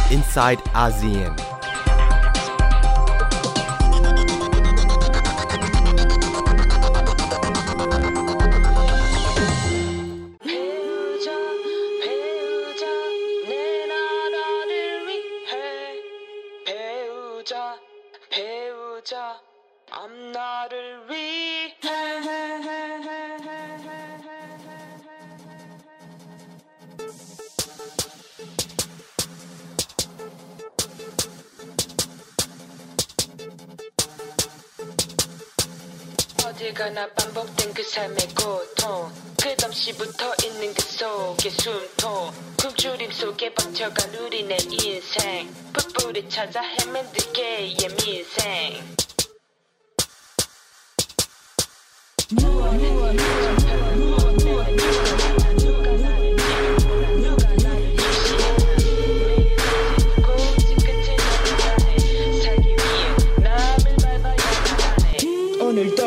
inside ASEAN. 어딜가나 반복된 그 삶의 고통 끝없이 붙어있는 그 속의 숨통 굶주림 속에 버텨간 우리네 인생 풋불이 찾아 헤맨 듯개의 민생 오늘도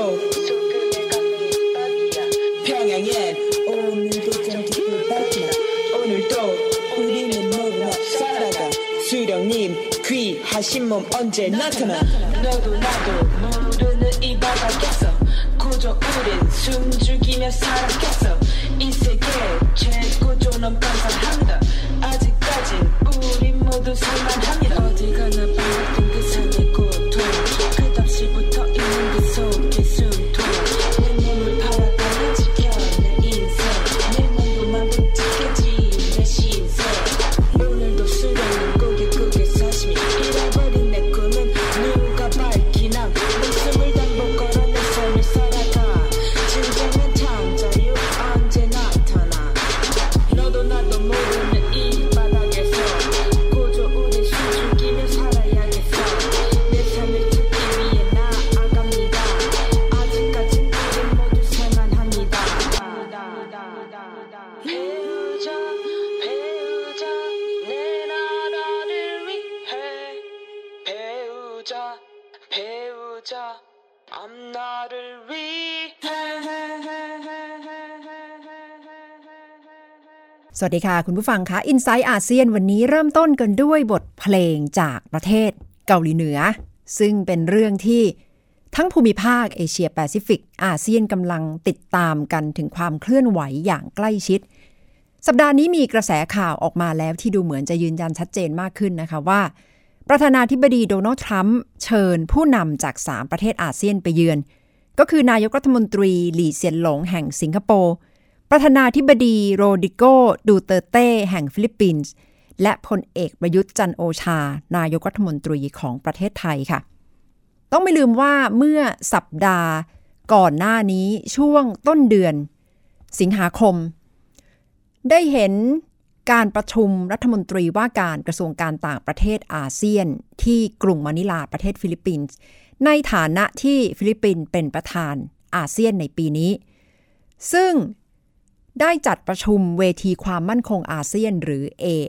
평양엔 오늘도 전기불 밝히나 오늘도 우리는 모두나 살아가 수령님 귀하신 몸 언제 나타나 너도 나도 모르는 이 바닥에서 고조 우린 숨죽이며 살았겠어 이 세계 최고조는 감사합니다 아직까진 우린 모두 살만합니다 어디 가나 반복된 그 삶의 고통 끝없이 붙어있는 그 속의 숨통 내 몸을 팔아가며 지켜 내 인생 내 몸도만 붙잡겠지 내 신생 오늘도 수련은 꾸깃꾸깃 사심이 잃어버린 내 꿈은 누가 밝히나 목숨을 담보 걸어 내 삶을 살아가 진정한 창자유 언제 나타나 너도 나도 모르는 이 바닥에서 고조 우린 숨죽이며 살아야겠어 내 삶을 찾기 위해 나아갑니다 아직까진 우린 모두 살만합니다 배우자 배우자 내 나라를 위해 배우자 배우자 앞날을 위해 สวัสดีค่ะคุณผู้ฟังคะ Inside อาเซียนวันนี้เริ่มต้นกันด้วยบทเพลงจากประเทศเกาหลีเหนือซึ่งเป็นเรื่องที่ทั้งภูมิภาคเอเชียแปซิฟิกอาเซียนกำลังติดตามกันถึงความเคลื่อนไหวอย่างใกล้ชิดสัปดาห์นี้มีกระแสข่าวออกมาแล้วที่ดูเหมือนจะยืนยันชัดเจนมากขึ้นนะคะว่าประธานาธิบดีโดนัลด์ทรัมป์เชิญผู้นำจาก3ประเทศอาเซียนไปเยือนก็คือนายกรัฐมนตรีหลี่เซียนหลงแห่งสิงคโปร์ประธานาธิบดีโรดริโก ดูเตอร์เต้แห่งฟิลิปปินส์และพลเอกประยุทธ์จันทร์โอชานายกรัฐมนตรีของประเทศไทยค่ะต้องไม่ลืมว่าเมื่อสัปดาห์ก่อนหน้านี้ช่วงต้นเดือนสิงหาคมได้เห็นการประชุมรัฐมนตรีว่าการกระทรวงการต่างประเทศอาเซียนที่กรุงมะนิลาประเทศฟิลิปปินส์ในฐานะที่ฟิลิปปินส์เป็นประธานอาเซียนในปีนี้ซึ่งได้จัดประชุมเวทีความมั่นคงอาเซียนหรือ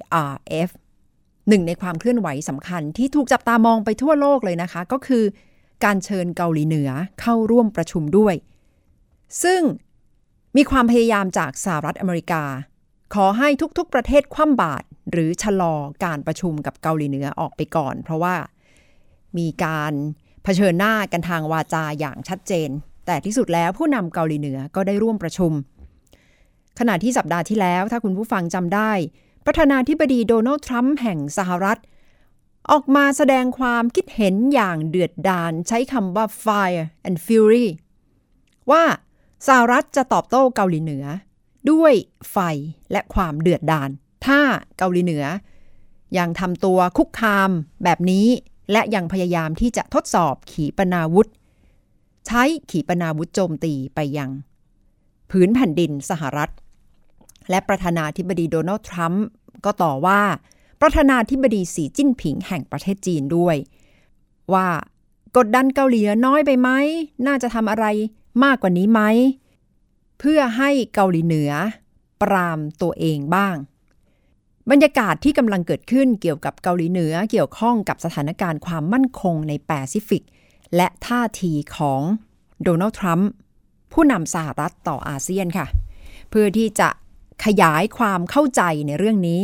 ARF หนึ่งในความเคลื่อนไหวสำคัญที่ถูกจับตามองไปทั่วโลกเลยนะคะก็คือการเชิญเกาหลีเหนือเข้าร่วมประชุมด้วยซึ่งมีความพยายามจากสหรัฐอเมริกาขอให้ทุกๆประเทศคว่ำบาตรหรือชะลอการประชุมกับเกาหลีเหนือออกไปก่อนเพราะว่ามีการเผชิญหน้ากันทางวาจาอย่างชัดเจนแต่ที่สุดแล้วผู้นำเกาหลีเหนือก็ได้ร่วมประชุมขณะที่สัปดาห์ที่แล้วถ้าคุณผู้ฟังจำได้ประธานาธิบดีโดนัลด์ทรัมป์แห่งสหรัฐออกมาแสดงความคิดเห็นอย่างเดือดดาลใช้คำว่า fire and fury ว่าสหรัฐจะตอบโต้เกาหลีเหนือด้วยไฟและความเดือดดาลถ้าเกาหลีเหนือยังทำตัวคุกคามแบบนี้และยังพยายามที่จะทดสอบขีปนาวุธใช้ขีปนาวุธโจมตีไปยังพื้นแผ่นดินสหรัฐและประธานาธิบดีโดนัลด์ทรัมป์ก็ต่อว่าประธานาธิบดีสีจิ้นผิงแห่งประเทศจีนด้วยว่ากดดันเกาหลีเหนือน้อยไปไหมน่าจะทำอะไรมากกว่านี้ไหมเพื่อให้เกาหลีเหนือปรามตัวเองบ้างบรรยากาศที่กำลังเกิดขึ้นเกี่ยวกับเกาหลีเหนือเกี่ยวข้องกับสถานการณ์ความมั่นคงในแปซิฟิกและท่าทีของโดนัลด์ทรัมป์ผู้นำสหรัฐต่ออาเซียนค่ะเพื่อที่จะขยายความเข้าใจในเรื่องนี้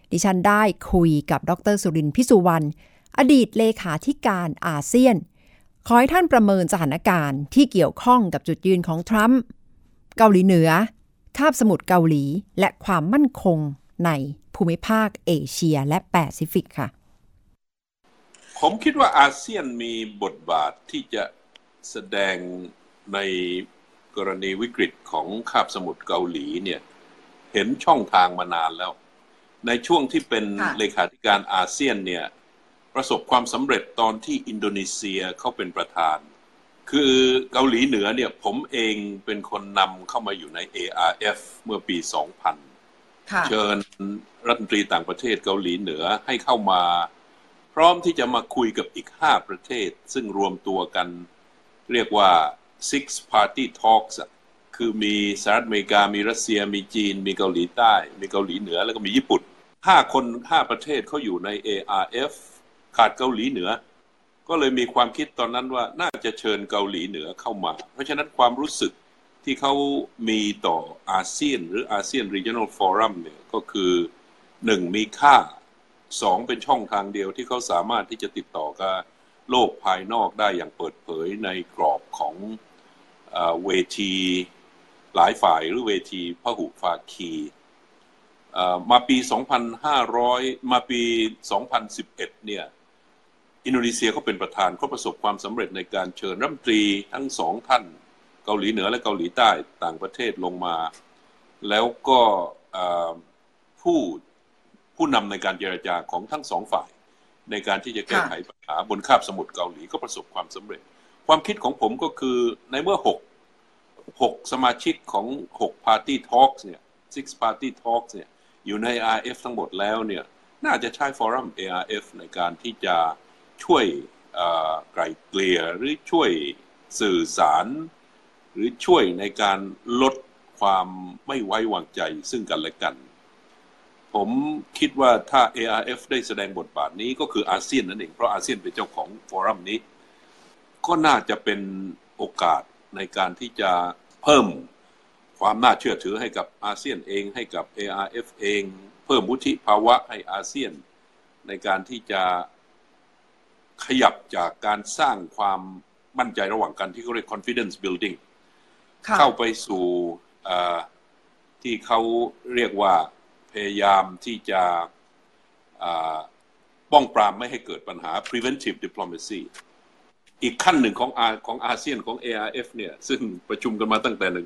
ดิฉันได้คุยกับดร.สุรินทร์ พิสุวรรณอดีตเลขาธิการอาเซียนขอให้ท่านประเมินสถานการณ์ที่เกี่ยวข้องกับจุดยืนของทรัมป์เกาหลีเหนือคาบสมุทรเกาหลีและความมั่นคงในภูมิภาคเอเชียและแปซิฟิกค่ะผมคิดว่าอาเซียนมีบทบาทที่จะแสดงในกรณีวิกฤตของคาบสมุทรเกาหลีเนี่ยเห็นช่องทางมานานแล้วในช่วงที่เป็นเลขาธิการอาเซียนเนี่ยประสบความสำเร็จตอนที่อินโดนีเซียเขาเป็นประธานคือเกาหลีเหนือเนี่ยผมเองเป็นคนนำเข้ามาอยู่ใน ARF เมื่อปี 2000 เชิญรัฐมนตรีต่างประเทศเกาหลีเหนือให้เข้ามาพร้อมที่จะมาคุยกับอีก5ประเทศซึ่งรวมตัวกันเรียกว่า Six Party Talks คือมีสหรัฐอเมริกามีรัสเซียมีจีนมีเกาหลีใต้มีเกาหลีเหนือแล้วก็มีญี่ปุ่น5ประเทศเขาอยู่ใน ARF ขาดเกาหลีเหนือก็เลยมีความคิดตอนนั้นว่าน่าจะเชิญเกาหลีเหนือเข้ามาเพราะฉะนั้นความรู้สึกที่เขามีต่ออาเซียนหรืออาเซียน Regional Forum เนี่ยก็คือ1มีค่า2เป็นช่องทางเดียวที่เขาสามารถที่จะติดต่อกับโลกภายนอกได้อย่างเปิดเผยในกรอบของเวทีหลายฝ่ายหรือเวทีพหุภาคีมาปี 2011 เนี่ยอินโดนีเซียเขาเป็นประธานเขาประสบความสำเร็จในการเชิญรัฐมนตรีทั้ง2ท่านเกาหลีเหนือและเกาหลีใต้ต่างประเทศลงมาแล้วก็ผู้นำในการเจรจาของทั้ง2ฝ่ายในการที่จะแก้ไขปัญหาบนคาบสมุทรเกาหลีก็ประสบความสำเร็จความคิดของผมก็คือในเมื่อ6สมาชิกของ6 Party Talks เนี่ย Six Party Talks เนี่ยอยู่ใน ARF ทั้งหมดแล้วเนี่ยน่าจะใช้ฟอรัม ARF ในการที่จะช่วยไกล่เกลี่ยหรือช่วยสื่อสารหรือช่วยในการลดความไม่ไว้วางใจซึ่งกันและกันผมคิดว่าถ้า ARF ได้แสดงบทบาทนี้ก็คืออาเซียนนั่นเองเพราะอาเซียนเป็นเจ้าของฟอรัมนี้ก็น่าจะเป็นโอกาสในการที่จะเพิ่มความน่าเชื่อถือให้กับอาเซียนเองให้กับ ARF เองเพิ่มวุฒิภาวะให้อาเซียนในการที่จะขยับจากการสร้างความมั่นใจระหว่างกันที่เขาเรียก confidence building เข้าไปสู่ที่เขาเรียกว่าพยายามที่จะป้องปรามไม่ให้เกิดปัญหา preventive diplomacy อีกขั้นหนึ่งของอาเซียนของ ARF เนี่ยซึ่งประชุมกันมาตั้งแต่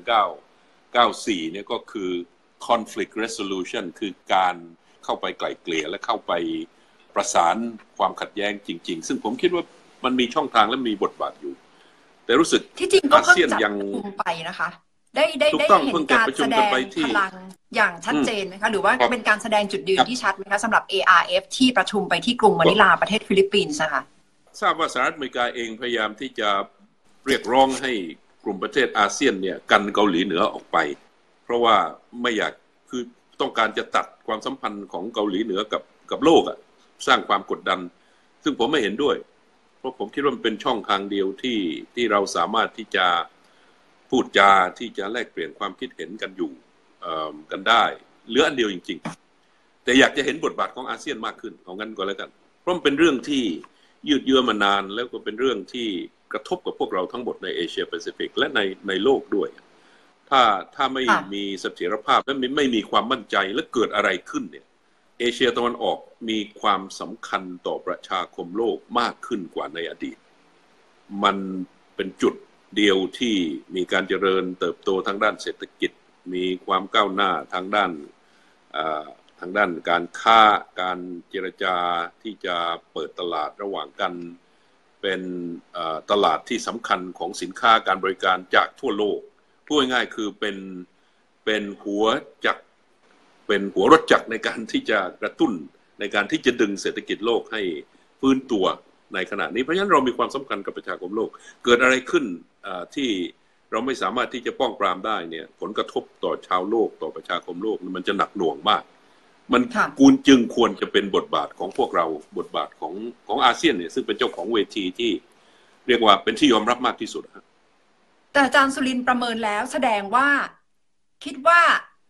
1994เนี่ยก็คือ conflict resolution คือการเข้าไปไกล่เกลี่ยและเข้าไปประสานความขัดแย้งจริงๆซึ่งผมคิดว่ามันมีช่องทางและมีบทบาทอยู่แต่รู้สึกที่จริงก็เพิ่งจัดประชุมไปนะคะได้เห็นการแสดงพลังอย่างชัดเจนไหมคะหรือว่าเป็นการแสดงจุดยืนที่ชัดไหมคะสำหรับ ARF ที่ประชุมไปที่กรุงมะนิลาประเทศฟิลิปปินส์นะคะทราบว่าสหรัฐอเมริกาเองพยายามที่จะเรียกร้องให้กลุ่มประเทศอาเซียนเนี่ยกันเกาหลีเหนือออกไปเพราะว่าไม่อยากคือต้องการจะตัดความสัมพันธ์ของเกาหลีเหนือกับโลกอ่ะสร้างความกดดันซึ่งผมไม่เห็นด้วยเพราะผมคิดว่ามันเป็นช่องทางเดียวที่เราสามารถที่จะพูดจาที่จะแลกเปลี่ยนความคิดเห็นกันอยู่กันได้เหลืออันเดียวจริงๆแต่อยากจะเห็นบทบาทของอาเซียนมากขึ้นเอางั้นก็แล้วกันเพราะมันเป็นเรื่องที่ยืดเยื้อมานานแล้วก็เป็นเรื่องที่กระทบกับพวกเราทั้งหมดในเอเชียแปซิฟิกและในโลกด้วยถ้าไม่มีเสถียรภาพและไม่มีความมั่นใจและเกิดอะไรขึ้นเนี่ยเอเชียตะวันออกมีความสำคัญต่อประชาคมโลกมากขึ้นกว่าในอดีตมันเป็นจุดเดียวที่มีการเจริญเติบโตทางด้านเศรษฐกิจมีความก้าวหน้าทางด้านการค้าการเจรจาที่จะเปิดตลาดระหว่างกันเป็นตลาดที่สำคัญของสินค้าการบริการจากทั่วโลกพูดง่ายๆคือเป็นหัวรถจักรในการที่จะกระตุ้นในการที่จะดึงเศรษฐกิจโลกให้ฟื้นตัวในขณะนี้เพราะฉะนั้นเรามีความสำคัญกับประชาคมโลกเกิดอะไรขึ้นที่เราไม่สามารถที่จะป้องปรามได้เนี่ยผลกระทบต่อชาวโลกต่อประชาคมโลกมันจะหนักหน่วงมากมันจึงควรจะเป็นบทบาทของพวกเราบทบาทของอาเซียนเนี่ยซึ่งเป็นเจ้าของเวทีที่เรียกว่าเป็นที่ยอมรับมากที่สุดแต่อาจารย์สุรินทร์ประเมินแล้วแสดงว่าคิดว่า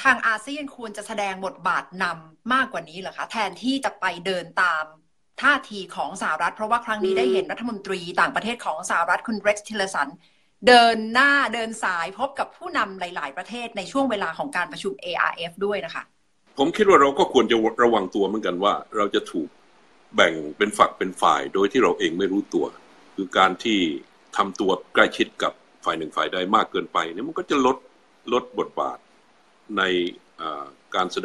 ทางอาเซียนควรจะแสดงบทบาทนำมากกว่านี้เหรอคะแทนที่จะไปเดินตามท่าทีของสหรัฐเพราะว่าครั้งนี้ได้เห็นรัฐมนตรีต่างประเทศของสหรัฐคุณเร็กซ์ทิลเลอร์สันเดินหน้าเดินสายพบกับผู้นำหลายๆประเทศในช่วงเวลาของการประชุม ARF ด้วยนะคะผมคิดว่าเราก็ควรจะระวังตัวเหมือนกันว่าเราจะถูกแบ่งเป็นฝักเป็นฝ่ายโดยที่เราเองไม่รู้ตัวคือการที่ทำตัวใกล้ชิดกับฝ่ายหนึ่งฝ่ายใดมากเกินไปเนี่ยมันก็จะลดบทบาทในการแส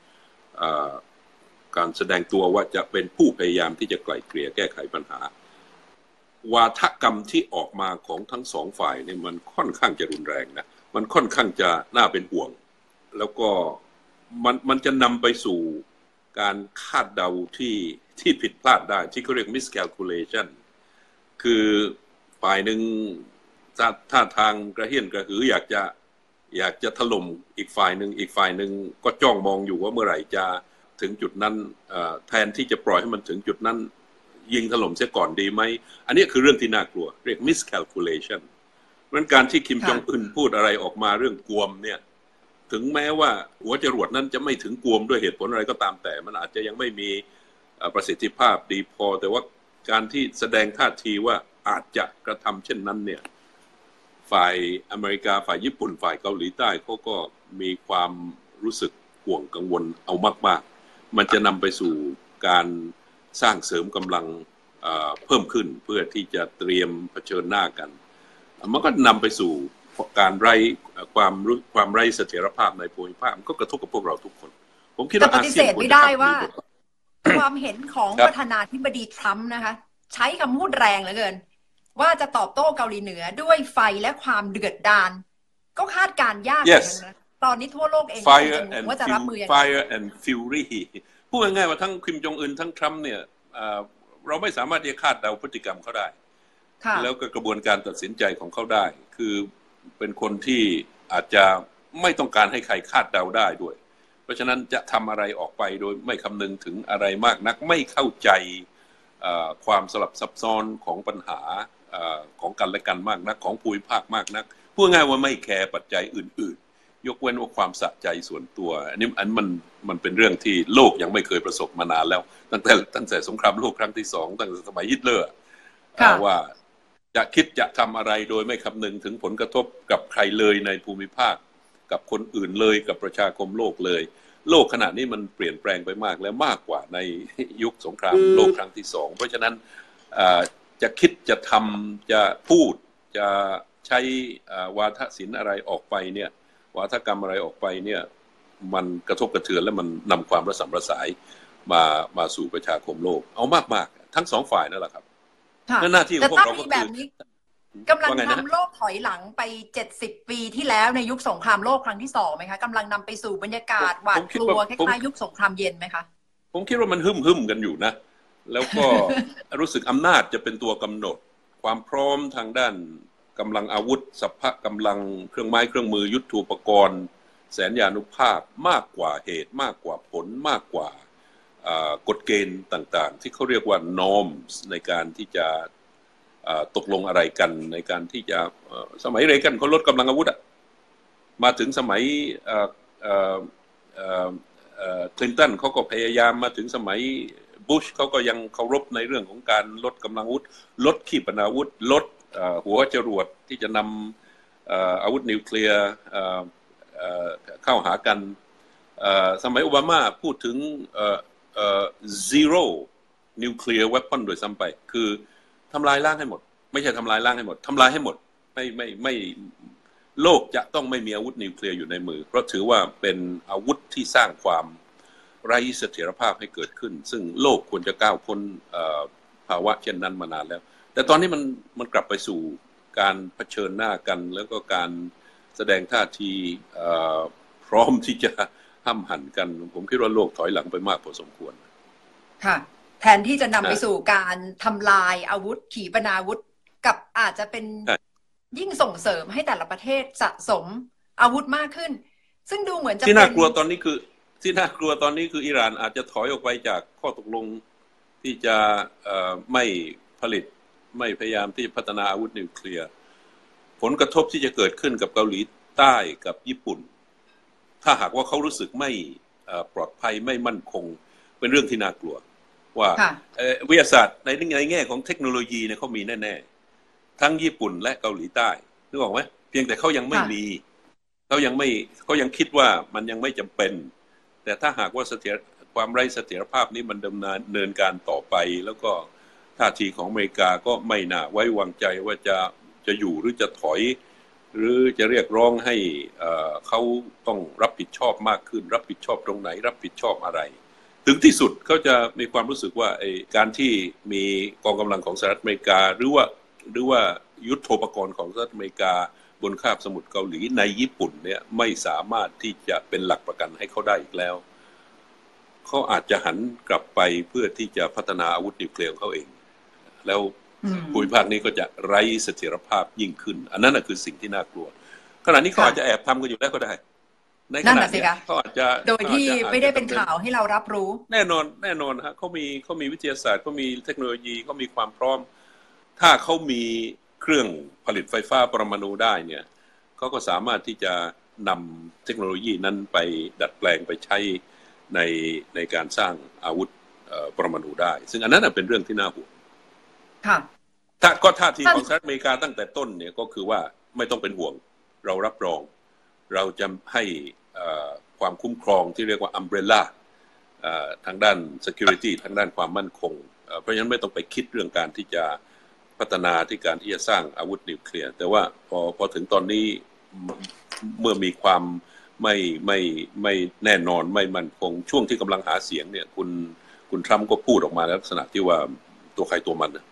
ดงตัวว่าจะเป็นผู้พยายามที่จะไกล่เกลี่ยแก้ไขปัญหาวาทกรรมที่ออกมาของทั้งสองฝ่ายเนี่ยมันค่อนข้างจะรุนแรงนะมันค่อนข้างจะน่าเป็นห่วงแล้วก็มันจะนำไปสู่การคาดเดาที่ผิดพลาดได้ที่เขาเรียก miscalculation คือฝ่ายหนึ่งท่าทางกระเฮี้ยนกระหืออยากจะถล่มอีกฝ่ายหนึ่งก็จ้องมองอยู่ว่าเมื่อไหร่จะถึงจุดนั้นแทนที่จะปล่อยให้มันถึงจุดนั้นยิงถล่มเสียก่อนดีไหมอันนี้คือเรื่องที่น่ากลัวเรียก miscalculation เพราะฉะนั้นการที่คิมจองอึนพูดอะไรออกมาเรื่องกวมเนี่ยถึงแม้ว่าหัวจรวดนั้นจะไม่ถึงกวมด้วยเหตุผลอะไรก็ตามแต่มันอาจจะยังไม่มีประสิทธิภาพดีพอแต่ว่าการที่แสดงท่าทีว่าอาจจะกระทำเช่นนั้นเนี่ยฝ่ายอเมริกาฝ่ายญี่ปุ่นฝ่ายเกาหลีใต้เขาก็มีความรู้สึกห่วงกังวลเอามากๆมันจะนำไปสู่การสร้างเสริมกำลังเพิ่มขึ้นเพื่อที่จะเตรียมเผชิญหน้ากันมันก็นำไปสู่การความไร้เสถียรภาพในภูมิภาคมันก็กระทบกับพวกเราทุกคนผมคิดว่าปฏิเสธไม่ได้ว่าความเห็นของประธานาธิบดีทรัมป์นะคะใช้คำพูดแรงเหลือเกินว่าจะตอบโต้เกาหลีเหนือด้วยไฟและความเดือดดาลก็คาดการยากเหมือนกันนะตอนนี้ทั่วโลกเองว่าจะรับมือยังไง Fire and Fury พูดง่ายๆว่าทั้งคิมจองอึนทั้งทรัมป์เนี่ยเราไม่สามารถที่จะคาดเดาพฤติกรรมเขาได้แล้วก็กระบวนการตัดสินใจของเขาได้คือเป็นคนที่อาจจะไม่ต้องการให้ใครคาดเดาได้ด้วยเพราะฉะนั้นจะทำอะไรออกไปโดยไม่คำนึงถึงอะไรมากนักไม่เข้าใจความสลับซับซ้อนของปัญหาของกันและกันมากนักของภูมิภาคมากนักพูดง่ายว่าไม่แคร์ปัจจัยอื่นๆยกเว้นว่าความสะใจส่วนตัวอันนี้มันเป็นเรื่องที่โลกยังไม่เคยประสบมานานแล้วตั้งแต่สงครามโลกครั้งที่2ตั้งแต่สมัยฮิตเลอร์ว่าจะคิดจะทำอะไรโดยไม่คำนึงถึงผลกระทบกับใครเลยในภูมิภาคกับคนอื่นเลยกับประชาคมโลกเลยโลกขณะนี้มันเปลี่ยนแปลงไปมากและมากกว่าในยุคสงครามโลกครั้งที่2เพราะฉะนั้นจะคิดจะทำจะพูดจะใช้วาทศิลป์อะไรออกไปเนี่ยวาทกรรมอะไรออกไปเนี่ยมันกระทบกระเทือนและมันนำความระสำระสายมาสู่ประชาคมโลกเอามากๆทั้งสองฝ่ายนั่นแหละครับหน้าที่ของพวกเราก็คือกำลังทำโลกถอยหลังไป70ปีที่แล้วในยุคสงครามโลกครั้งที่2ไหมคะกำลังนำไปสู่บรรยากาศหวาดกลัวคล้ายๆยุคสงครามเย็นไหมคะผมคิดว่ามันหึ่มกันอยู่นะแล้วก็ รู้สึกอำนาจจะเป็นตัวกำหนดความพร้อมทางด้านกำลังอาวุธสรรพกำลังเครื่องไม้เครื่องมือยุทโธปกรณ์แสนยานุภาพมากกว่าเหตุมากกว่าผลมากกว่ากฎเกณฑ์ต่างๆที่เขาเรียกว่า norms ในการที่จะตกลงอะไรกันในการที่จะสมัยเรแกนเขาลดกำลังอาวุธมาถึงสมัยคลินตันเขาก็พยายามมาถึงสมัยบุชเขาก็ยังเคารพในเรื่องของการลดกำลังอาวุธลดขีปนาวุธลดหัวจรวดที่จะนำอาวุธนิวเคลียร์เข้าหากันสมัยโอบามาพูดถึงzero nuclear weapon โดยซ้ำไปคือทำลายล้างให้หมดไม่ใช่ทำลายล้างให้หมดทำลายให้หมดไม่โลกจะต้องไม่มีอาวุธนิวเคลียร์อยู่ในมือเพราะถือว่าเป็นอาวุธที่สร้างความไร้เสถียรภาพให้เกิดขึ้นซึ่งโลกควรจะก้าวพ้นภาวะเช่นนั้นมานานแล้วแต่ตอนนี้มันกลับไปสู่การเผชิญหน้ากันแล้วก็การแสดงท่าทีพร้อมที่จะห้ำหั่นกันผมคิดว่าโลกถอยหลังไปมากพอสมควรค่ะแทนที่จะนำไปสู่การทำลายอาวุธขีปนาวุธกับอาจจะเป็นยิ่งส่งเสริมให้แต่ละประเทศสะสมอาวุธมากขึ้นซึ่งดูเหมือนจะที่น่ากลัวตอนนี้คืออิหร่านอาจจะถอยออกไปจากข้อตกลงที่จะไม่ผลิตไม่พยายามที่พัฒนาอาวุธนิวเคลียร์ผลกระทบที่จะเกิดขึ้นกับเกาหลีใต้กับญี่ปุ่นถ้าหากว่าเขารู้สึกไม่ปลอดภัยไม่มั่นคงเป็นเรื่องที่น่ากลัวว่าวิทยาศาสตร์ในแง่ของเทคโนโลยีเนี่ยเขามีแน่ๆทั้งญี่ปุ่นและเกาหลีใต้นึกออกไหมเพียงแต่เขายังไม่มีเขายังคิดว่ามันยังไม่จำเป็นแต่ถ้าหากว่าความไร้เสถียรภาพนี้มันดำเนินการต่อไปแล้วก็ท่าทีของอเมริกาก็ไม่น่าไว้วางใจว่าจะอยู่หรือจะถอยหรือจะเรียกร้องให้เขาต้องรับผิดชอบมากขึ้นรับผิดชอบตรงไหนรับผิดชอบอะไรถึงที่สุดเขาจะมีความรู้สึกว่าการที่มีกองกำลังของสหรัฐอเมริกาหรือว่ายุทโธปกรณ์ของสหรัฐอเมริกาบนคาบสมุทรเกาหลีในญี่ปุ่นเนี่ยไม่สามารถที่จะเป็นหลักประกันให้เขาได้อีกแล้วเขาอาจจะหันกลับไปเพื่อที่จะพัฒนาอาวุธนิวเคลียร์ของเขาเองแล้วภูมิภาคนี้ก็จะไร้เสถียรภาพยิ่งขึ้นอันนั้นคือสิ่งที่น่ากลัวขณะนี้เขาอาจจะแอบทำกันอยู่แล้วก็ได้ในขณะนี้เขาอาจจะโดยที่ไม่ได้เป็นข่าวให้เรารับรู้แน่นอนฮะเขามีวิทยาศาสตร์เขามีเทคโนโลยีเขามีความพร้อมถ้าเขามีเครื่องผลิตไฟฟ้าปรมาณูได้เนี่ยเขาก็สามารถที่จะนำเทคโนโลยีนั้นไปดัดแปลงไปใช้ในการสร้างอาวุธปรมาณูได้ซึ่งอันนั้นเป็นเรื่องที่น่าห่วงค่ะท่าทีของสหรัฐอเมริกาตั้งแต่ต้นเนี่ยก็คือว่าไม่ต้องเป็นห่วงเรารับรองเราจะให้ความคุ้มครองที่เรียกว่า umbrella ทางด้าน security ทางด้านความมั่นคงเพราะฉะนั้นไม่ต้องไปคิดเรื่องการที่จะพัฒนาที่การที่จะสร้างอาวุธนิวเคลียร์แต่ว่าพอถึงตอนนี้เมื่อมีความไม่แน่นอนไม่มั่นคงช่วงที่กำลังหาเสียงเนี่ยคุณทรัมป์ก็พูดออกมาในลักษณะที่ว่าตัวใครตัวมัน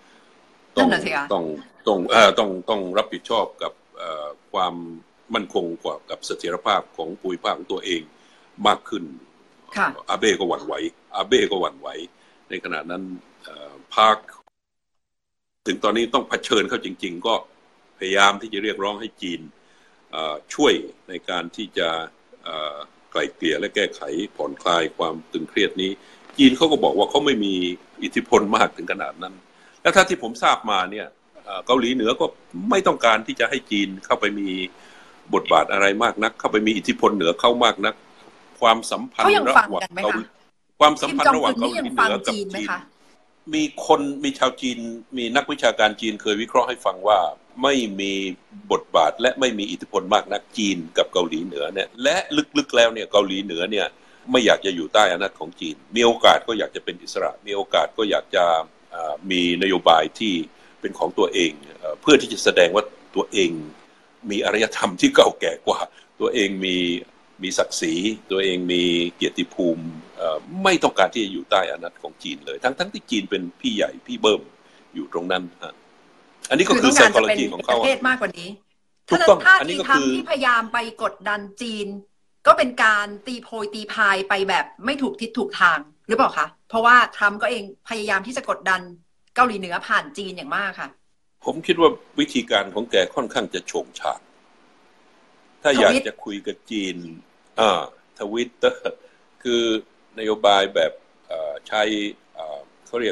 ต้องรับผิดชอบกับความมั่นคงกว่ากับเสถียรภาพของภูมิภาคของตัวเองมากขึ้นอาเบ้ก็หวั่นไหวในขณะนั้นพรรคถึงตอนนี้ต้องเผชิญเข้าจริงๆก็พยายามที่จะเรียกร้องให้จีนช่วยในการที่จะไกล่เกลี่ยและแก้ไขผ่อนคลายความตึงเครียดนี้จีนเขาก็บอกว่าเขาไม่มีอิทธิพลมากถึงขนาดนั้นแล้วถ้าที่ผมทราบมาเนี่ยเกาหลีเหนือก็ไม่ต้องการที่จะให้จีนเข้าไปมีบทบาทอะไรมากนักเข้าไปมีอิทธิพลเหนือเข้ามากนักความสัมพันธ์ระหว่างเกาหลีความสัมพันธ์ระหว่างเกาหลีเหนือกับจีนมีชาวจีนมีนักวิชาการจีนเคยวิเคราะห์ให้ฟังว่าไม่มีบทบาทและไม่มีอิทธิพลมากนักจีนกับเกาหลีเหนือเนี่ยและลึกๆแล้วเนี่ยเกาหลีเหนือเนี่ยไม่อยากจะอยู่ใต้อำนาจของจีนมีโอกาสก็อยากจะเป็นอิสระมีโอกาสก็อยากจะมีนโยบายที่เป็นของตัวเองเพื่อที่จะแสดงว่าตัวเองมีอารยธรรมที่เก่าแก่กว่าตัวเองมีศักดิ์ศรีตัวเองมีเกียรติภูมิไม่ต้องการที่จะอยู่ใต้อำนาจของจีนเลยทั้งที่จีนเป็นพี่ใหญ่พี่เบิ้มอยู่ตรงนั้นฮะอันนี้ก็คือ psychology ของเขาประเทศมากกว่านี้ถูกต้องท่าทีทำที่พยายามไปกดดันจีนก็เป็นการตีโพยตีพายไปแบบไม่ถูกทิศถูกทางหรือเปล่าคะเพราะว่าทรัมป์ก็เองพยายามที่จะกดดันเกาหลีเหนือผ่านจีนอย่างมากค่ะผมคิดว่าวิธีการของแกค่อนข้างจะโฉงฉากถ้าอยากจะคุยกับจีนทวิตเตอร์คือนโยบายแบบใช้เขาเรียก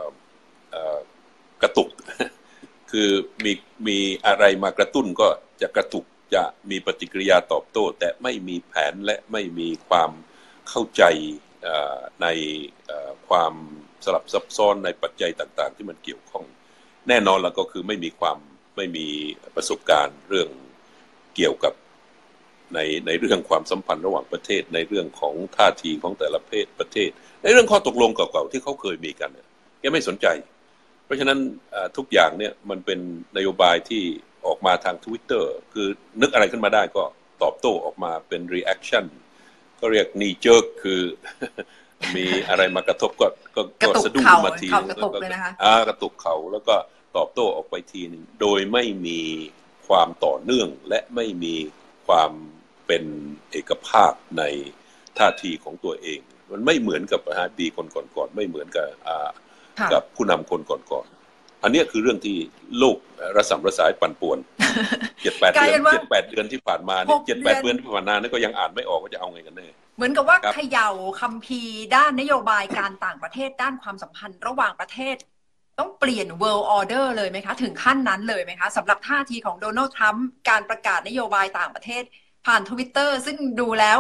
กระตุกคือมีอะไรมากระตุ้นก็จะกระตุกจะมีปฏิกิริยาตอบโต้แต่ไม่มีแผนและไม่มีความเข้าใจในความสลับซับซ้อนในปัจจัยต่างๆที่มันเกี่ยวข้องแน่นอนแล้วก็คือไม่มีประสบการณ์เรื่องเกี่ยวกับในเรื่องความสัมพันธ์ระหว่างประเทศในเรื่องของท่าทีของแต่ละประเทศในเรื่องข้อตกลงเก่าๆที่เขาเคยมีกันเนี่ยแกไม่สนใจเพราะฉะนั้นทุกอย่างเนี่ยมันเป็นนโยบายที่ออกมาทาง Twitter คือนึกอะไรขึ้นมาได้ก็ตอบโต้ออกมาเป็น reaction ก็เรียก knee jerk คือมีอะไรมากระทบก็สะดุ้งขึ้นมาทีนึงกระตุกเลยนะคะกระตุกเขาแล้วก็ตอบโต้ออกไปทีนึงโดยไม่มีความต่อเนื่องและไม่มีความเป็นเอกภาพในท่าทีของตัวเองมันไม่เหมือนกับปีคนก่อนๆไม่เหมือนกับผู้นำคนก่อนๆอันนี้คือเรื่องที่โลกระสำระสายปั่นป่วน 7-8 เดือนที่ผ่านมาเนี่ย 7-8 เดือนที่ผ่านมานี่ก็ยังอ่านไม่ออกว่าจะเอาไงกันแน่เหมือนกับว่าเขย่าคัมภีร์ด้านนโยบายการต่างประเทศด้านความสัมพันธ์ระหว่างประเทศต้องเปลี่ยน world order เลยไหมคะถึงขั้นนั้นเลยไหมคะสำหรับท่าทีของโดนัลด์ทรัมป์การประกาศนโยบายต่างประเทศผ่าน Twitter ซึ่งดูแล้ว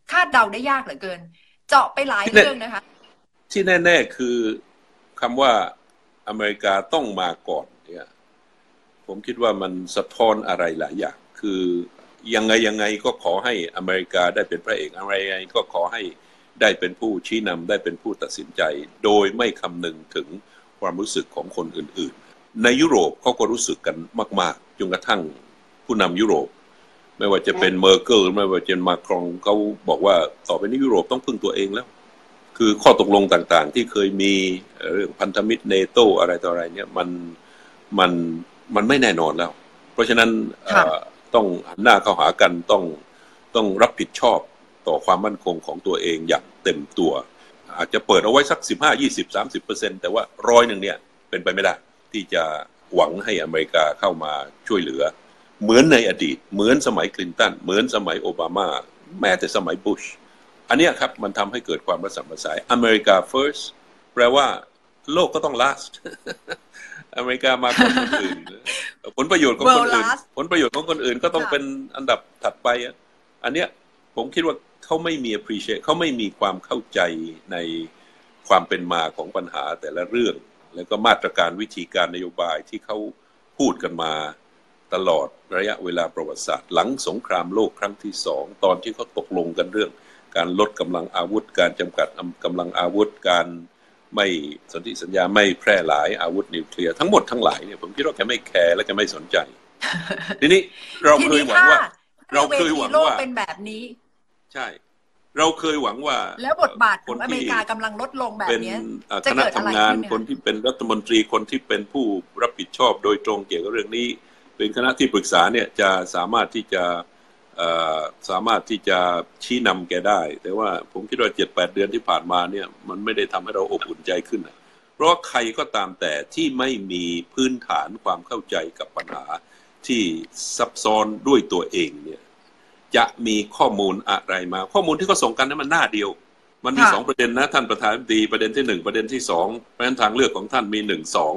คาดเดาได้ยากเหลือเกินเจาะไปหลายเรื่องนะคะที่แน่ๆคือคำว่าอเมริกาต้องมาก่อนเนี่ยผมคิดว่ามันสะท้อนอะไรหลายอย่างคือยังไงก็ขอให้อเมริกาได้เป็นพระเอกอะไรก็ขอให้ได้เป็นผู้ชี้นำได้เป็นผู้ตัดสินใจโดยไม่คำนึงถึงความรู้สึกของคนอื่นๆในยุโรปเขาก็รู้สึกกันมากๆจนกระทั่งผู้นำยุโรปไม่ว่าจะเป็นเมอร์เคิลไม่ว่าจะเป็นมาครองเขาบอกว่าต่อไปนี้ยุโรปต้องพึ่งตัวเองแล้วคือข้อตกลงต่างๆที่เคยมีเรื่องพันธมิตรเนโตอะไรต่ออะไรเนี่ยมันไม่แน่นอนแล้วเพราะฉะนั้นต้องหันหน้าเข้าหากันต้องรับผิดชอบต่อความมั่นคงของตัวเองอย่างเต็มตัวอาจจะเปิดเอาไว้สัก15-20-30%แต่ว่า100%เนี่ยเป็นไปไม่ได้ที่จะหวังให้อเมริกาเข้ามาช่วยเหลือเหมือนในอดีตเหมือนสมัยคลินตันเหมือนสมัยโอบามาแม้แต่สมัยบุชอันนี้ครับมันทำให้เกิดความระสำระสายอเมริกา first แปลว่าโลกก็ต้อง last อเมริกามาก่อนคนอื่นผลประโยชน์ของคนอื่นผลประโยชน์ของคนอื่นก็ต้องเป็นอันดับถัดไปอันเนี้ยผมคิดว่าเขาไม่มี appreciate เขาไม่มีความเข้าใจในความเป็นมาของปัญหาแต่ละเรื่องแล้วก็มาตรการวิธีการนโยบายที่เขาพูดกันมาตลอดระยะเวลาประวัติศาสตร์หลังสงครามโลกครั้งที่2ตอนที่เขาตกลงกันเรื่องการลดกำลังอาวุธการจำกัดกำลังอาวุธการไม่สนธิสัญญาไม่แพร่หลายอาวุธนิวเคลียร์ทั้งหมดทั้งหลายเนี่ยผมคิดว่าแกไม่แคร์และแกไม่สนใจทีนี้เราเคยหวังว่าเป็นแบบนี้ใช่เราเคยหวังว่าแล้วบทบาทของอเมริกากำลังลดลงแบบนี้คณะทำงานคนที่เป็นรัฐมนตรีคนที่เป็นผู้รับผิดชอบโดยตรงเกี่ยวกับเรื่องนี้เป็นคณะที่ปรึกษาเนี่ยจะสามารถที่จะชี้นำแกได้แต่ว่าผมคิดว่า 7-8 เดือนที่ผ่านมาเนี่ยมันไม่ได้ทำให้เราอบอุ่นใจขึ้นเพราะใครก็ตามแต่ที่ไม่มีพื้นฐานความเข้าใจกับปัญหาที่ซับซ้อนด้วยตัวเองเนี่ยจะมีข้อมูลอะไรมาข้อมูลที่เขาส่งกันนั้นมันหน้าเดียวมันมี2ประเด็นนะท่านประธานดีประเด็นที่1ประเด็นที่2เพราะฉะนั้นทางเลือกของท่านมี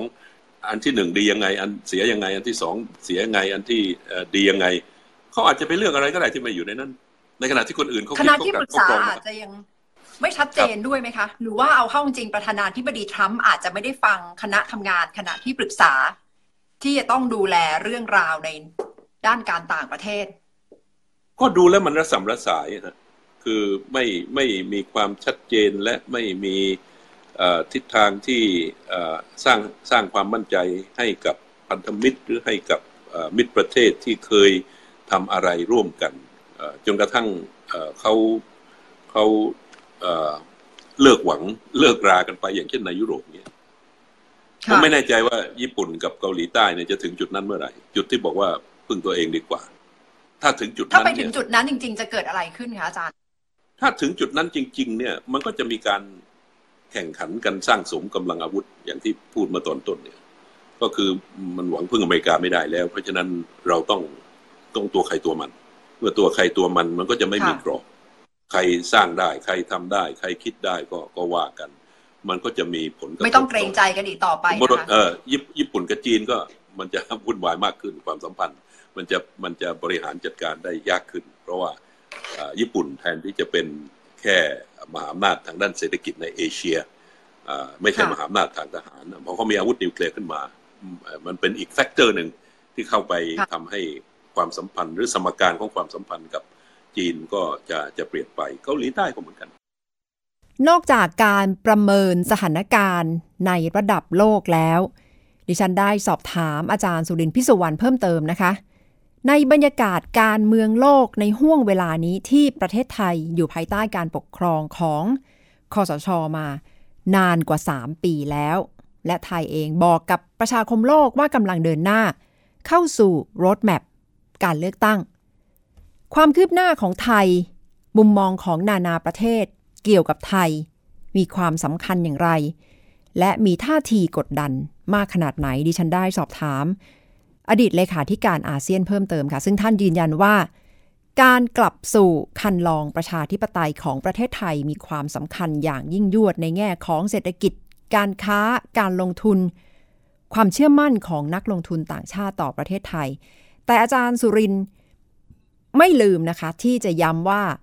1-2อันที่1ดียังไงอันเสียยังไงอันที่2เสียยังไงอันที่ดียังไงเขาอาจจะไปเลือกอะไรก็ได้ที่มาอยู่ในนั้นในขณะที่คนอื่นเขาคณะที่ปรึกษาอาจจะยังไม่ชัดเจนด้วยไหมคะหรือว่าเอาเข้าจริงประธานาธิบดีทรัมป์อาจจะไม่ได้ฟังคณะทำงานคณะที่ปรึกษาที่จะต้องดูแลเรื่องราวในด้านการต่างประเทศก็ดูแล้วมันระสำระสายนะคือไม่มีความชัดเจนและไม่มีทิศทางที่สร้างความมั่นใจให้กับพันธมิตรหรือให้กับมิตรประเทศที่เคยทำอะไรร่วมกันจนกระทั่งเขาเลิกหวังเลิกรากันไปอย่างเช่นในยุโรปเนี่ยผมไม่แน่ใจว่าญี่ปุ่นกับเกาหลีใต้เนี่ยจะถึงจุดนั้นเมื่อไหร่จุดที่บอกว่าพึ่งตัวเองดีกว่าถ้าถึงจุดนั้นถ้าไปถึงจุดนั้นจริงๆจะเกิดอะไรขึ้นคะอาจารย์ถ้าถึงจุดนั้นจริงๆเนี่ยมันก็จะมีการแข่งขันกันสร้างสมกำลังอาวุธอย่างที่พูดมาตอนต้นเนี่ยก็คือมันหวังพึ่งอเมริกาไม่ได้แล้วเพราะฉะนั้นเราต้องตัวใครตัวมันเมื่อตัวใครตัวมันก็จะไม่มีกรอบใครสร้างได้ใครทำได้ใครคิดได้ก็ว่ากันมันก็จะมีผลกระทบไม่ต้องเกรงใจกันอีกต่อไปนะคะญี่ปุ่นกับจีนก็มันจะวุ่นวายมากขึ้นความสัมพันธ์มันจะบริหารจัดการได้ยากขึ้นเพราะว่าญี่ปุ่นแทนที่จะเป็นแค่มหาอำนาจทางด้านเศรษฐกิจในเอเชียไม่ใช่มหาอำนาจทางทหารพอเขามีอาวุธนิวเคลียร์ขึ้นมามันเป็นอีกแฟกเตอร์หนึ่งที่เข้าไปทำให้ความสัมพันธ์หรือสมการของความสัมพันธ์กับจีนก็จะเปลี่ยนไปเกาหลีใต้ก็เหมือนกันนอกจากการประเมินสถานการณ์ในระดับโลกแล้วดิฉันได้สอบถามอาจารย์สุรินทร์ พิสุวรรณเพิ่มเติมนะคะในบรรยากาศการเมืองโลกในห้วงเวลานี้ที่ประเทศไทยอยู่ภายใต้การปกครองของคสช.มานานกว่า3ปีแล้วและไทยเองบอกกับประชาคมโลกว่ากำลังเดินหน้าเข้าสู่โรดแมปการเลือกตั้งความคืบหน้าของไทยมุมมองของนานาประเทศเกี่ยวกับไทยมีความสำคัญอย่างไรและมีท่าทีกดดันมากขนาดไหนดิฉันได้สอบถามอดีตเลขาธิการอาเซียนเพิ่มเติมค่ะซึ่งท่านยืนยันว่าการกลับสู่คันลองประชาธิปไตยของประเทศไทยมีความสำคัญอย่างยิ่งยวดในแง่ของเศรษฐกิจการค้าการลงทุนความเชื่อมั่นของนักลงทุนต่างชาติต่อประเทศไทยแต่อาจารย์สุรินทร์ไม่ลืมนะคะที่จะย้ำว่า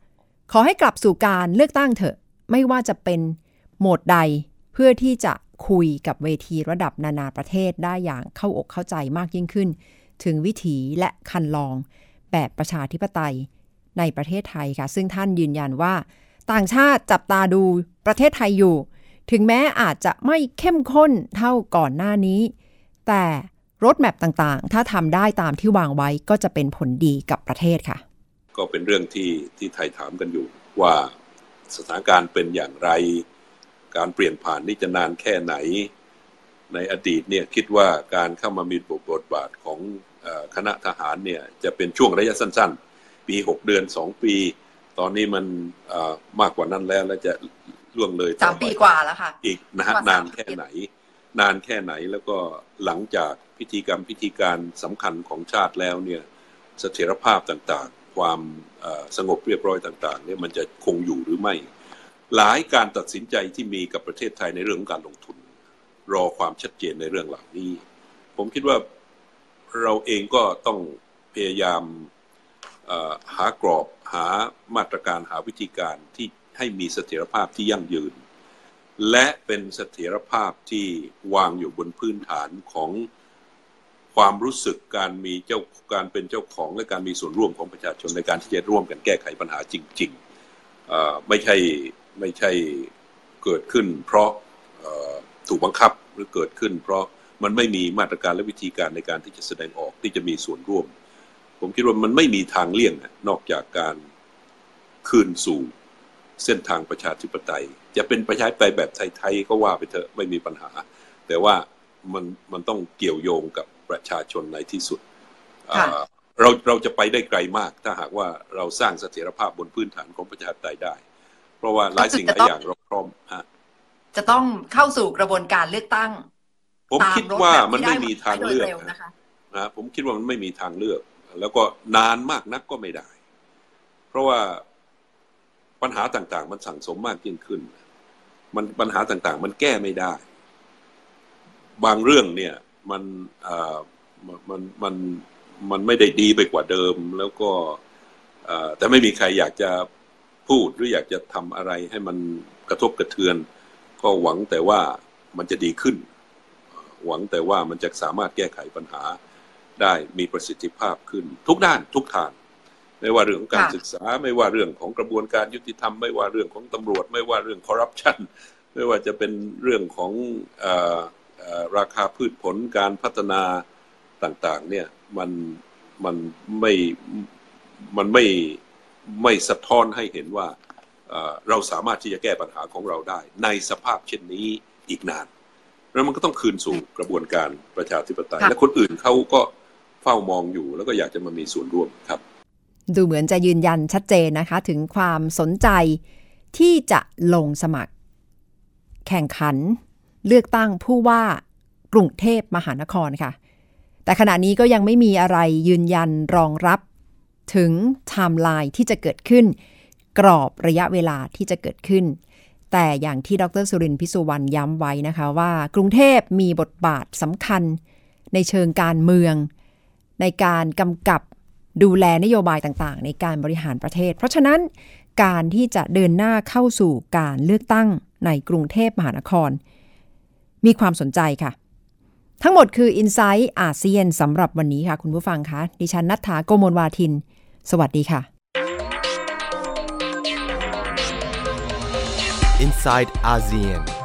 ขอให้กลับสู่การเลือกตั้งเถอะไม่ว่าจะเป็นโหมดใดเพื่อที่จะคุยกับเวทีระดับนานาประเทศได้อย่างเข้าอกเข้าใจมากยิ่งขึ้นถึงวิถีและคันลองแบบประชาธิปไตยในประเทศไทยค่ะซึ่งท่านยืนยันว่าต่างชาติจับตาดูประเทศไทยอยู่ถึงแม้อาจจะไม่เข้มข้นเท่าก่อนหน้านี้แต่รถแมพต่างๆถ้าทำได้ตามที่วางไว้ก็จะเป็นผลดีกับประเทศค่ะก็เป็นเรื่องที่ไทยถามกันอยู่ว่าสถานการณ์เป็นอย่างไรการเปลี่ยนผ่านนี่จะนานแค่ไหนในอดีตเนี่ยคิดว่าการเข้ามามีบทบาทของคณะทหารเนี่ยจะเป็นช่วงระยะสั้นๆปี6เดือน2ปีตอนนี้มันมากกว่านั้นแล้วและจะล่วงเลย 3 ปีกว่าแล้วค่ะอีกนะฮะนานแค่ไหนแล้วก็หลังจากพิธีการสำคัญของชาติแล้วเนี่ยเสถียรภาพต่างๆความสงบเรียบร้อยต่างๆเนี่ยมันจะคงอยู่หรือไม่หลายการตัดสินใจที่มีกับประเทศไทยในเรื่องของการลงทุนรอความชัดเจนในเรื่องเหล่านี้ผมคิดว่าเราเองก็ต้องพยายามหากรอบหามาตรการหาวิธีการที่ให้มีเสถียรภาพที่ยั่งยืนและเป็นเสถียรภาพที่วางอยู่บนพื้นฐานของความรู้สึกการเป็นเจ้าของและการมีส่วนร่วมของประชาชนในการที่จะร่วมกันแก้ไขปัญหาจริงๆไม่ใช่เกิดขึ้นเพราะถูกบังคับหรือเกิดขึ้นเพราะมันไม่มีมาตรการและวิธีการในการที่จะแสดงออกที่จะมีส่วนร่วมผมคิดว่ามันไม่มีทางเลี่ยงนอกจากการคืนสู่เส้นทางประชาธิปไตยจะเป็นประชาธิปไตยแบบไทยๆก็ว่าไปเถอะไม่มีปัญหาแต่ว่ามันต้องเกี่ยวโยงกับประชาชนในที่สุดเราจะไปได้ไกลมากถ้าหากว่าเราสร้างเสถียรภาพบนพื้นฐานของประชาธิปไตยได้เพราะว่าหลายสิ่งหลายอย่างเราพร้อมจะต้องเข้าสู่กระบวนการเลือกตั้งผมคิดว่ามันไม่มีทางเลือกนะผมคิดว่ามันไม่มีทางเลือกแล้วก็นานมากนักก็ไม่ได้เพราะว่าปัญหาต่างๆมันสั่งสมมากยิ่งขึ้นปัญหาต่างๆมันแก้ไม่ได้บางเรื่องเนี่ยมันไม่ได้ดีไปกว่าเดิมแล้วก็แต่ไม่มีใครอยากจะพูดหรืออยากจะทำอะไรให้มันกระทบกระเทือนก็หวังแต่ว่ามันจะดีขึ้นหวังแต่ว่ามันจะสามารถแก้ไขปัญหาได้มีประสิทธิภาพขึ้นทุกด้านทุกทางไม่ว่าเรื่องของการศึกษาไม่ว่าเรื่องของกระบวนการยุติธรรมไม่ว่าเรื่องของตำรวจไม่ว่าเรื่องคอร์รัปชันไม่ว่าจะเป็นเรื่องของราคาพืชผลการพัฒนาต่างๆเนี่ยมันไม่สะท้อนให้เห็นว่าเราสามารถที่จะแก้ปัญหาของเราได้ในสภาพเช่นนี้อีกนานแล้วมันก็ต้องคืนสู่กระบวนการประชาธิปไตยและคนอื่นเขาก็เฝ้ามองอยู่แล้วก็อยากจะมามีส่วนร่วมครับดูเหมือนจะยืนยันชัดเจนนะคะถึงความสนใจที่จะลงสมัครแข่งขันเลือกตั้งผู้ว่ากรุงเทพมหานครค่ะแต่ขณะนี้ก็ยังไม่มีอะไรยืนยันรองรับถึงไทม์ไลน์ที่จะเกิดขึ้นกรอบระยะเวลาที่จะเกิดขึ้นแต่อย่างที่ดร.สุรินทร์ พิสุวรรณย้ำไว้นะคะว่ากรุงเทพมีบทบาทสำคัญในเชิงการเมืองในการกำกับดูแลนโยบายต่างๆในการบริหารประเทศเพราะฉะนั้นการที่จะเดินหน้าเข้าสู่การเลือกตั้งในกรุงเทพมหานครมีความสนใจค่ะทั้งหมดคือ Insight อาเซียนสำหรับวันนี้ค่ะคุณผู้ฟังคะดิฉันณัฐฐา โกมลวาทินสวัสดีค่ะ Inside ASEAN